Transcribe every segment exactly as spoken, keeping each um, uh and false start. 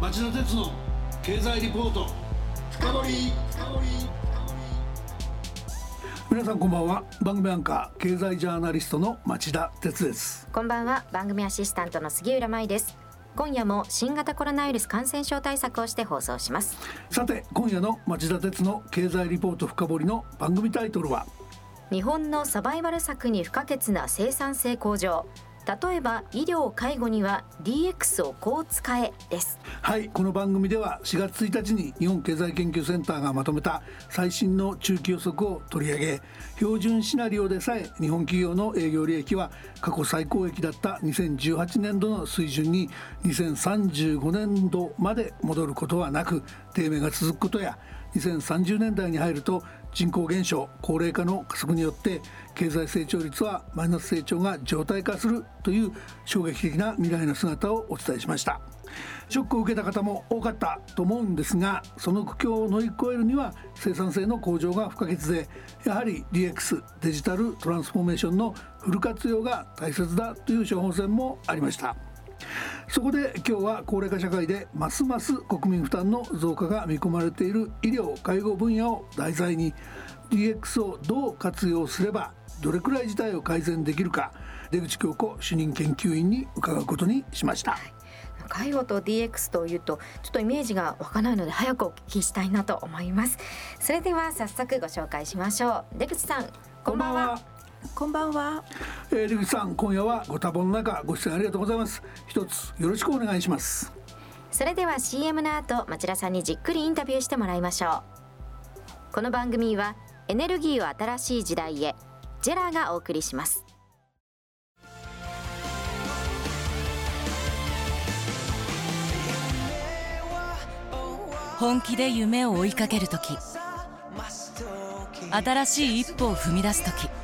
町田鉄の経済リポート深掘り。皆さんこんばんは。番組アンカー経済ジャーナリストの町田鉄です。 こんばんは。番組アシスタントの杉浦舞です。今夜も新型コロナウイルス感染症対策をして放送します。 さて今夜の町田鉄の経済リポート深掘りの番組タイトルは、 日本のサバイバル策に不可欠な生産性向上、例えば医療介護には ディーエックス をこう使えです。 はい、この番組ではしがつついたちに日本経済研究センターがまとめた最新の中期予測を取り上げ、標準シナリオでさえ日本企業の営業利益は過去最高益だったにせんじゅうはちねんどの水準ににせんさんじゅうごねんどまで戻ることはなく、低迷が続くことや、にせんさんじゅうねんだいに入ると人口減少、高齢化の加速によって経済成長率はマイナス成長が常態化するという衝撃的な未来の姿をお伝えしました。ショックを受けた方も多かったと思うんですが、その苦境を乗り越えるには生産性の向上が不可欠で、やはり ディーエックス デジタルトランスフォーメーションのフル活用が大切だという処方箋もありました。そこで今日は高齢化社会でますます国民負担の増加が見込まれている医療介護分野を題材に、 ディーエックス をどう活用すればどれくらい事態を改善できるか、出口京子主任研究員に伺うことにしました。 介護と ディーエックス というとちょっとイメージが湧かないので早くお聞きしたいなと思います。それでは早速ご紹介しましょう。出口さん、こんばんは。 こんばんは。 えー、出口さん、今夜はご多忙の中ご出演ありがとうございます。一つよろしくお願いします。 それでは シーエム の後、町田さんにじっくりインタビューしてもらいましょう。この番組はエネルギーを新しい時代へ、ジェラがお送りします。 本気で夢を追いかけるとき、新しい一歩を踏み出すとき、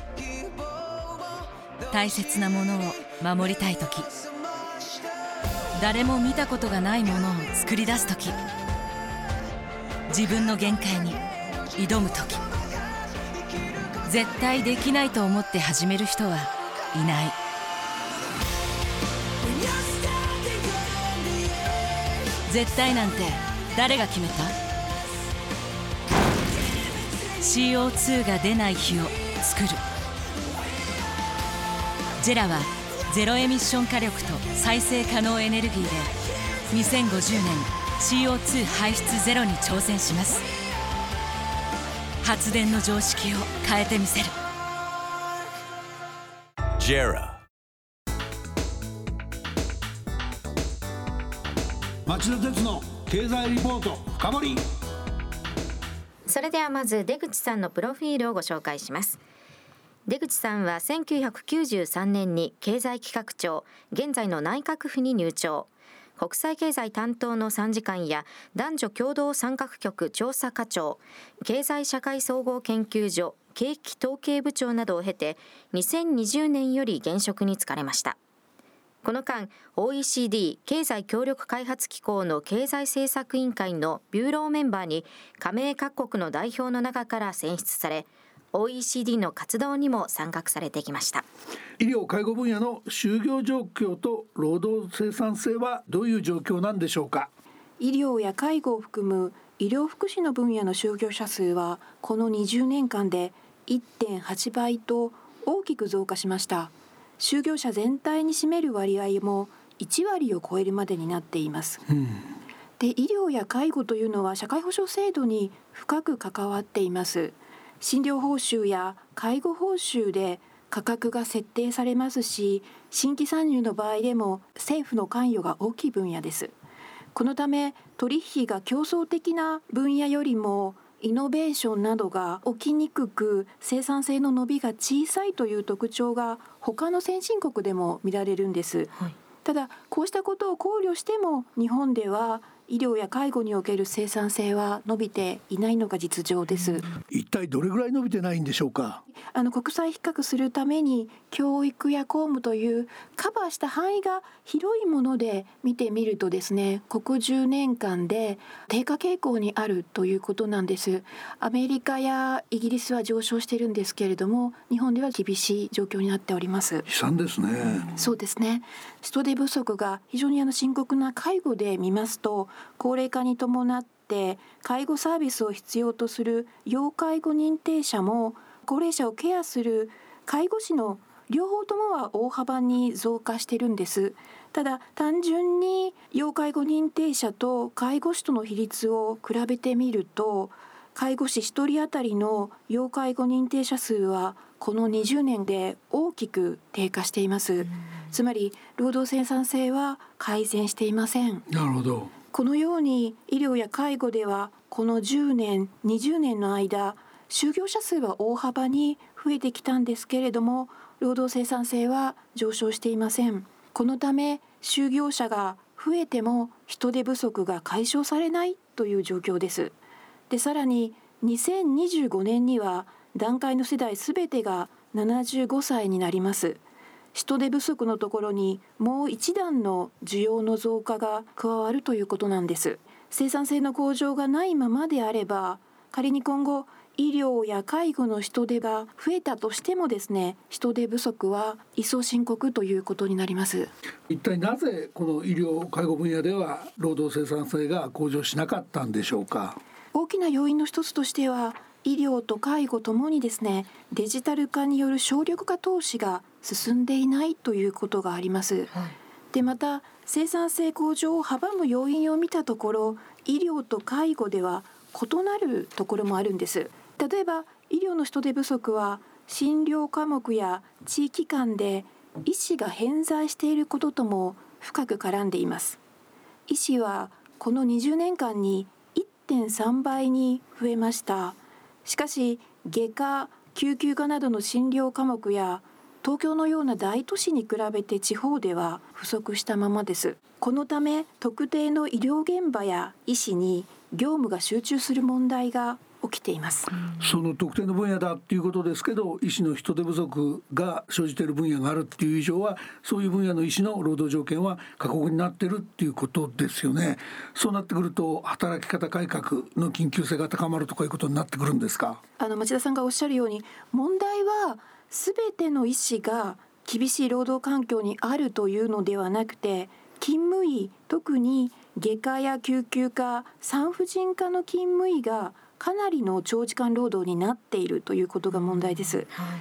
大切なものを守りたいとき、誰も見たことがないものを作り出すとき、自分の限界に挑むとき、絶対できないと思って始める人はいない。絶対なんて誰が決めた？ シーオーツー が出ない日を作る。ジェラはゼロエミッション火力と再生可能エネルギーでにせんごじゅうねん シーオーツー 排出ゼロに挑戦します。発電の常識を変えてみせる。ジェラ。 町田鉄の経済リポート深掘り。 それではまず出口さんのプロフィールをご紹介します。出口さんはせんきゅうひゃくきゅうじゅうさんねんに経済企画庁、現在の内閣府に入庁。国際経済担当の参事官や男女共同参画局調査課長、経済社会総合研究所景気統計部長などを経て、にせんにじゅうねんより現職に就かれました。この間 オーイーシーディー 経済協力開発機構の経済政策委員会のビューローメンバーに加盟各国の代表の中から選出され、 オーイーシーディー の活動にも参画されてきました。 医療介護分野の就業状況と労働生産性はどういう状況なんでしょうか。 医療や介護を含む医療福祉の分野の就業者数はこのにじゅうねんかんで いってんはちばいと大きく増加しました。就業者全体に占める割合もいちわりを超えるまでになっています、うん、で医療や介護というのは社会保障制度に深く関わっています。診療報酬や介護報酬で価格が設定されますし、新規参入の場合でも政府の関与が大きい分野です。このため取引が競争的な分野よりもイノベーションなどが起きにくく、生産性の伸びが小さいという特徴が他の先進国でも見られるんです、はい、ただこうしたことを考慮しても日本では医療や介護における生産性は伸びていないのが実情です。 一体どれぐらい伸びてないんでしょうか。 あの国際比較するために教育や公務というカバーした範囲が広いもので見てみるとですね、ここじゅうねんかんで低下傾向にあるということなんです。アメリカやイギリスは上昇しているんですけれども、日本では厳しい状況になっております。 悲惨ですね。 そうですね。 人手不足が非常にあの深刻な介護で見ますと、高齢化に伴って介護サービスを必要とする要介護認定者も高齢者をケアする介護士の両方ともは大幅に増加しているんです。ただ単純に要介護認定者と介護士との比率を比べてみると、介護士ひとり当たりの要介護認定者数はこのにじゅうねんで大きく低下しています。つまり労働生産性は改善していません。 なるほど。 このように医療や介護ではこのじゅうねんにじゅうねんの間、就業者数は大幅に増えてきたんですけれども、労働生産性は上昇していません。このため就業者が増えても人手不足が解消されないという状況です。でさらににせんにじゅうごねんには団塊の世代すべてがななじゅうごさいになります。人手不足のところにもう一段の需要の増加が加わるということなんです。生産性の向上がないままであれば、仮に今後医療や介護の人手が増えたとしてもですね、人手不足は一層深刻ということになります。 一体なぜこの医療介護分野では労働生産性が向上しなかったんでしょうか。 大きな要因の一つとしては、医療と介護ともにですね、デジタル化による省力化投資が進んでいないということがあります。はい、でまた生産性向上を阻む要因を見たところ、医療と介護では異なるところもあるんです。例えば医療の人手不足は診療科目や地域間で医師が偏在していることとも深く絡んでいます。医師はこのにじゅうねんかんに いってんさんばいに増えました。しかし外科、救急科などの診療科目や東京のような大都市に比べて地方では不足したままです。このため特定の医療現場や医師に業務が集中する問題が起きています。 その特定の分野だっていうことですけど、医師の人手不足が生じている分野があるっていう以上は、そういう分野の医師の労働条件は過酷になっているっていうことですよね。そうなってくると働き方改革の緊急性が高まるとかいうことになってくるんですか。 あの町田さんがおっしゃるように、問題はすべての医師が厳しい労働環境にあるというのではなくて、勤務医、特に外科や救急科、産婦人科の勤務医がかなりの長時間労働になっているということが問題です。はい、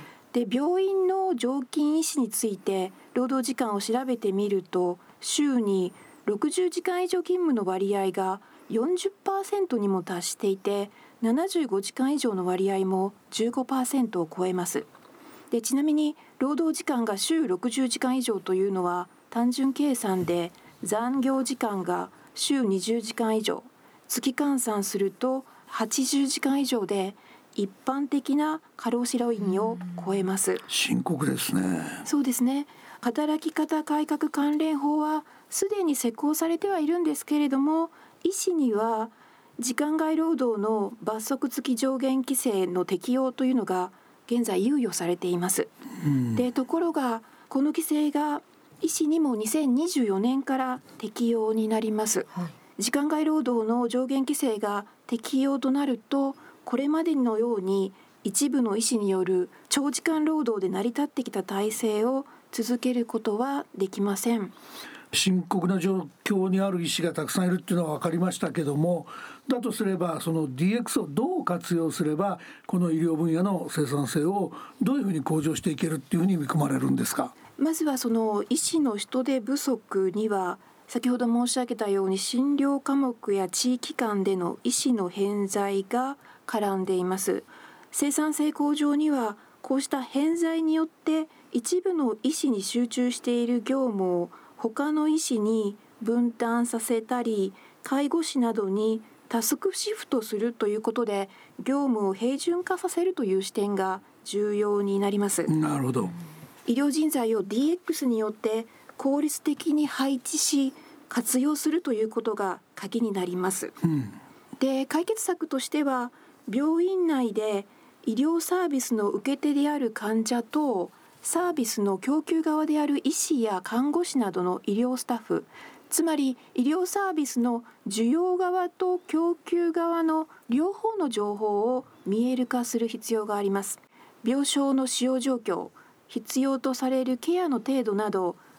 で病院の常勤医師について労働時間を調べてみると、週にろくじゅうじかん以上勤務の割合が よんじゅっパーセント にも達していて、ななじゅうごじかん以上の割合も じゅうごパーセント を超えます。でちなみに労働時間が週ろくじゅうじかん以上というのは、単純計算で残業時間が週にじゅうじかん以上、月換算するとはちじゅうじかん以上で一般的な過労死ラインを超えます。 深刻ですね。 そうですね。働き方改革関連法はすでに施行されてはいるんですけれども、医師には時間外労働の罰則付き上限規制の適用というのが現在猶予されています。でところがこの規制が医師にもにせんにじゅうよねんから適用になります。はい、時間外労働の上限規制が適用となると、これまでのように一部の医師による長時間労働で成り立ってきた体制を続けることはできません。 深刻な状況にある医師がたくさんいるっていうのは分かりましたけども、だとすればその ディーエックス をどう活用すればこの医療分野の生産性をどういうふうに向上していけるっていうふうに見込まれるんですか。 まずはその医師の人手不足には、先ほど申し上げたように診療科目や地域間での医師の偏在が絡んでいます。生産性向上にはこうした偏在によって一部の医師に集中している業務を他の医師に分担させたり、介護士などにタスクシフトするということで業務を平準化させるという視点が重要になります。 なるほど。 医療人材を ディーエックス によって効率的に配置し活用するということが鍵になります。うん、で解決策としては、病院内で医療サービスの受け手である患者とサービスの供給側である医師や看護師などの医療スタッフ、つまり医療サービスの需要側と供給側の両方の情報を見える化する必要があります。病床の使用状況、必要とされるケアの程度など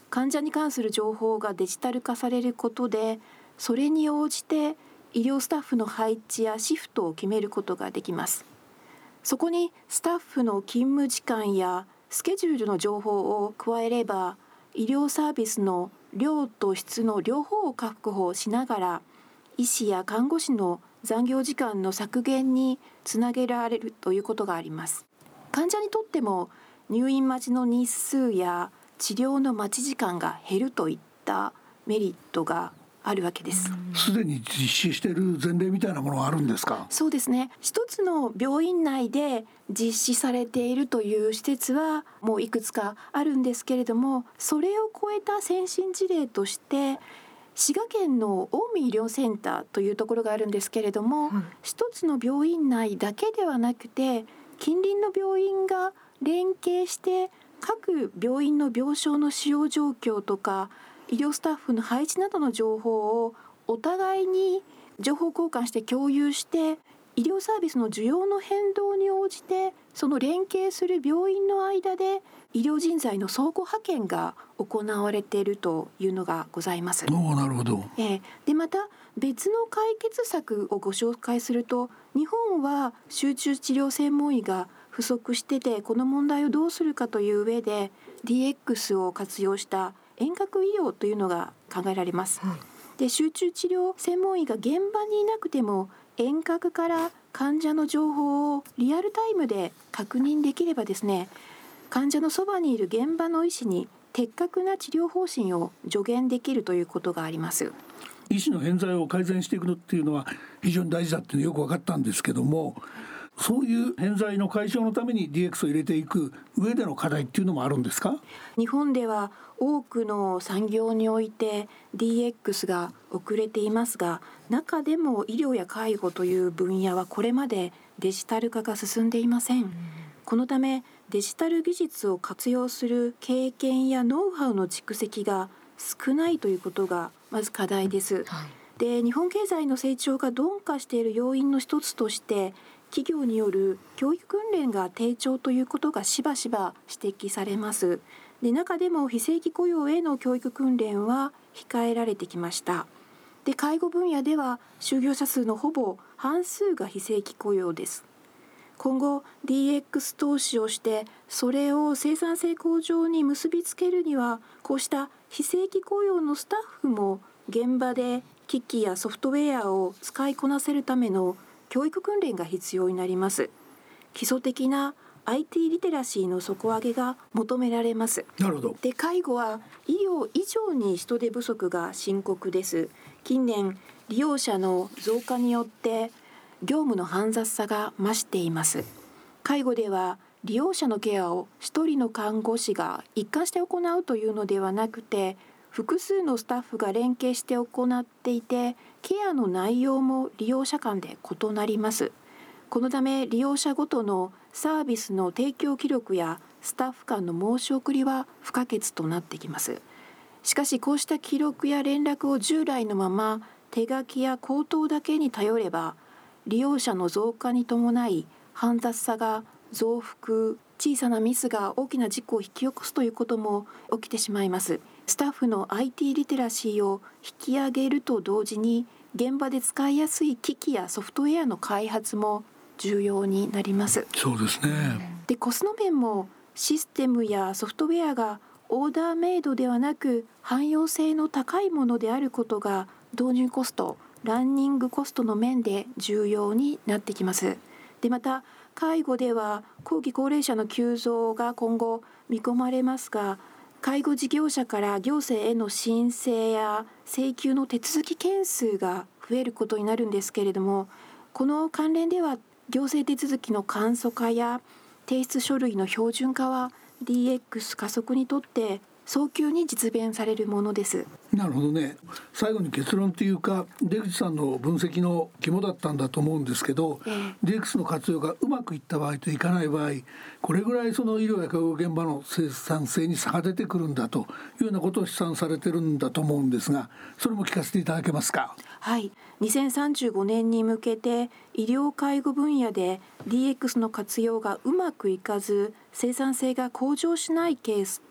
患者に関する情報がデジタル化されることで、それに応じて医療スタッフの配置やシフトを決めることができます。そこにスタッフの勤務時間やスケジュールの情報を加えれば、医療サービスの量と質の両方を確保しながら、医師や看護師の残業時間の削減につなげられるということがあります。患者にとっても入院待ちの日数や治療の待ち時間が減るといったメリットがあるわけです。 すでに実施している前例みたいなものはあるんですか？ そうですね。一つの病院内で実施されているという施設はもういくつかあるんですけれども、それを超えた先進事例として滋賀県の近江医療センターというところがあるんですけれども、うん、一つの病院内だけではなくて近隣の病院が連携して各病院の病床の使用状況とか医療スタッフの配置などの情報をお互いに情報交換して共有して、医療サービスの需要の変動に応じてその連携する病院の間で医療人材の相互派遣が行われているというのがございます。 おー、なるほど。 えー、でまた別の解決策をご紹介すると、日本は集中治療専門医が不足してて、この問題をどうするかという上で ディーエックス を活用した遠隔医療というのが考えられます。はい、で集中治療専門医が現場にいなくても遠隔から患者の情報をリアルタイムで確認できればですね、患者のそばにいる現場の医師に的確な治療方針を助言できるということがあります。 医師の偏在を改善していくのっていうのは非常に大事だっていうのよく分かったんですけども、そういう偏在の解消のために ディーエックス を入れていく上での課題っていうのもあるんですか？ 日本では多くの産業において ディーエックス が遅れていますが、中でも医療や介護という分野はこれまでデジタル化が進んでいません。うん、このためデジタル技術を活用する経験やノウハウの蓄積が少ないということがまず課題です。はい、で日本経済の成長が鈍化している要因の一つとして、企業による教育訓練が低調ということがしばしば指摘されます。で中でも非正規雇用への教育訓練は控えられてきました。で介護分野では就業者数のほぼ半数が非正規雇用です。今後 ディーエックス 投資をしてそれを生産性向上に結びつけるには、こうした非正規雇用のスタッフも現場で機器やソフトウェアを使いこなせるための教育訓練が必要になります。基礎的な アイティー リテラシーの底上げが求められます。 なるほど。 で介護は医療以上に人手不足が深刻です。近年利用者の増加によって業務の煩雑さが増しています。介護では利用者のケアを一人の看護師が一貫して行うというのではなくて、複数のスタッフが連携して行っていて、ケアの内容も利用者間で異なります。このため利用者ごとのサービスの提供記録やスタッフ間の申し送りは不可欠となってきます。しかしこうした記録や連絡を従来のまま手書きや口頭だけに頼れば、利用者の増加に伴い煩雑さが増幅、小さなミスが大きな事故を引き起こすということも起きてしまいます。スタッフの アイティー リテラシーを引き上げると同時に、現場で使いやすい機器やソフトウェアの開発も重要になります。 そうですね。 でコスト面もシステムやソフトウェアがオーダーメイドではなく汎用性の高いものであることが導入コスト、ランニングコストの面で重要になってきます。でまた介護では後期高齢者の急増が今後見込まれますが、介護事業者から行政への申請や請求の手続き件数が増えることになるんですけれども、この関連では行政手続きの簡素化や提出書類の標準化は ディーエックス 加速にとって早急に実現されるものです。 なるほどね。最後に結論というか、出口さんの分析の肝だったんだと思うんですけど、えー、ディーエックス の活用がうまくいった場合といかない場合、これぐらいその医療や介護現場の生産性に差が出てくるんだというようなことを試算されてるんだと思うんですが、それも聞かせていただけますか。 はい、にせんさんじゅうごねんに向けて医療介護分野で ディーエックス の活用がうまくいかず生産性が向上しないケースと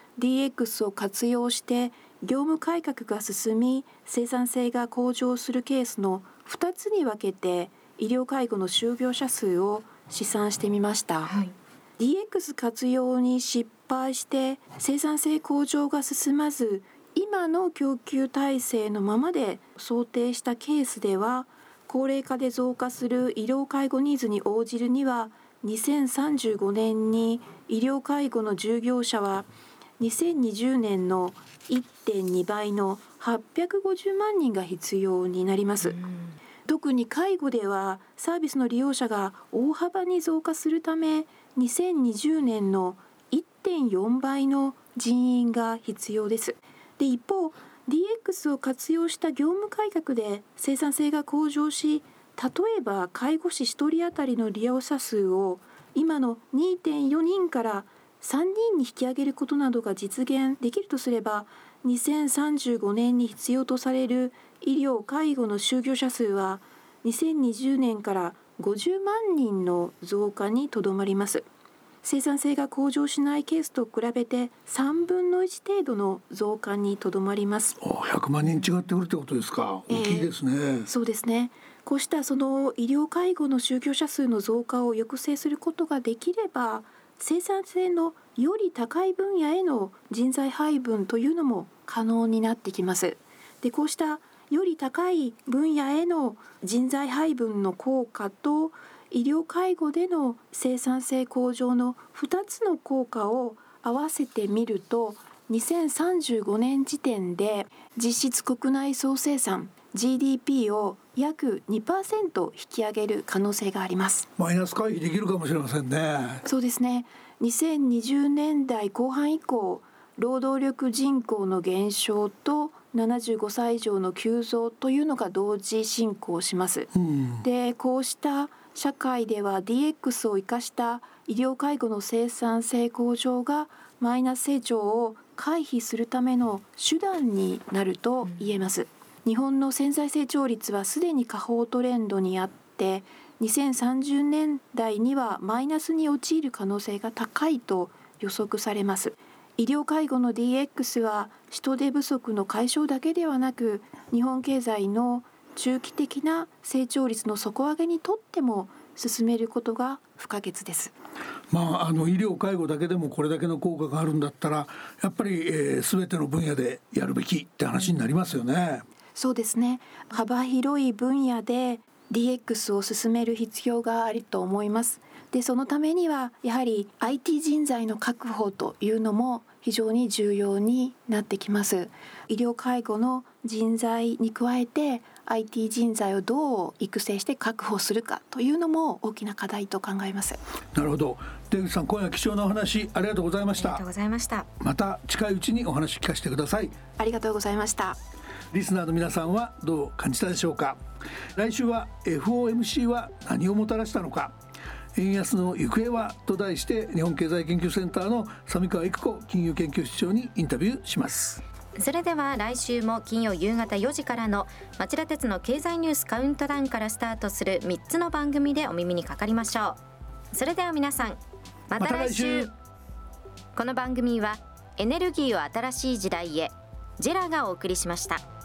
ディーエックス を活用して業務改革が進み生産性が向上するケースのふたつに分けて医療介護の就業者数を試算してみました、はい、ディーエックス 活用に失敗して生産性向上が進まず今の供給体制のままで想定したケースでは高齢化で増加する医療介護ニーズに応じるにはにせんさんじゅうごねんに医療介護の従業者はにせんにじゅうねんの いってんに 倍のはっぴゃくごじゅうまんにんが必要になります。特に介護ではサービスの利用者が大幅に増加するためにせんにじゅうねんの いってんよん 倍の人員が必要です。で一方 ディーエックス を活用した業務改革で生産性が向上し例えば介護士ひとり当たりの利用者数を今の にてんよにんからさんにんに引き上げることなどが実現できるとすればにせんさんじゅうごねんに必要とされる医療・介護の就業者数はにせんにじゅうねんからごじゅうまんにんの増加にとどまります。生産性が向上しないケースと比べてさんぶんのいち程度の増加にとどまります。 ひゃくまんにん違ってくるってことですか。大きいですね、えー、 そうですね。こうしたその医療介護の就業者数の増加を抑制することができれば生産性のより高い分野への人材配分というのも可能になってきます。でこうしたより高い分野への人材配分の効果と医療介護での生産性向上のふたつの効果を合わせてみるとにせんさんじゅうごねん時点で実質国内総生産 ジーディーピー を約 にパーセント 引き上げる可能性があります。 マイナス回避できるかもしれませんね。 そうですね。にせんにじゅうねんだいこう半以降労働力人口の減少とななじゅうごさい以上の急増というのが同時進行します、うん、でこうした社会では ディーエックス を生かした医療介護の生産性向上がマイナス成長を回避するための手段になると言えます、うん、日本の潜在成長率はすでに下方トレンドにあってにせんさんじゅうねんだいにはマイナスに陥る可能性が高いと予測されます。医療介護の ディーエックス は人手不足の解消だけではなく日本経済の中期的な成長率の底上げにとっても進めることが不可欠です。 まあ、あの医療介護だけでもこれだけの効果があるんだったらやっぱり、えー、全ての分野でやるべきって話になりますよね、うん、 そうですね。幅広い分野で ディーエックス を進める必要があると思います。でそのためにはやはり アイティー 人材の確保というのも非常に重要になってきます。医療介護の人材に加えて アイティー 人材をどう育成して確保するかというのも大きな課題と考えます。 なるほど。出口さん、今夜貴重なお話ありがとうございました。 ありがとうございました。 また近いうちにお話聞かせてください。 ありがとうございました。 リスナーの皆さんはどう感じたでしょうか。来週は エフオーエムシー は何をもたらしたのか、円安の行方はと題して日本経済研究センターの三川育子金融研究室長にインタビューします。 それでは来週も金曜夕方よじからの町田鉄の経済ニュースカウントダウンからスタートするみっつの番組でお耳にかかりましょう。それでは皆さんまた来週、また来週。この番組はエネルギーを新しい時代へジェラがお送りしました。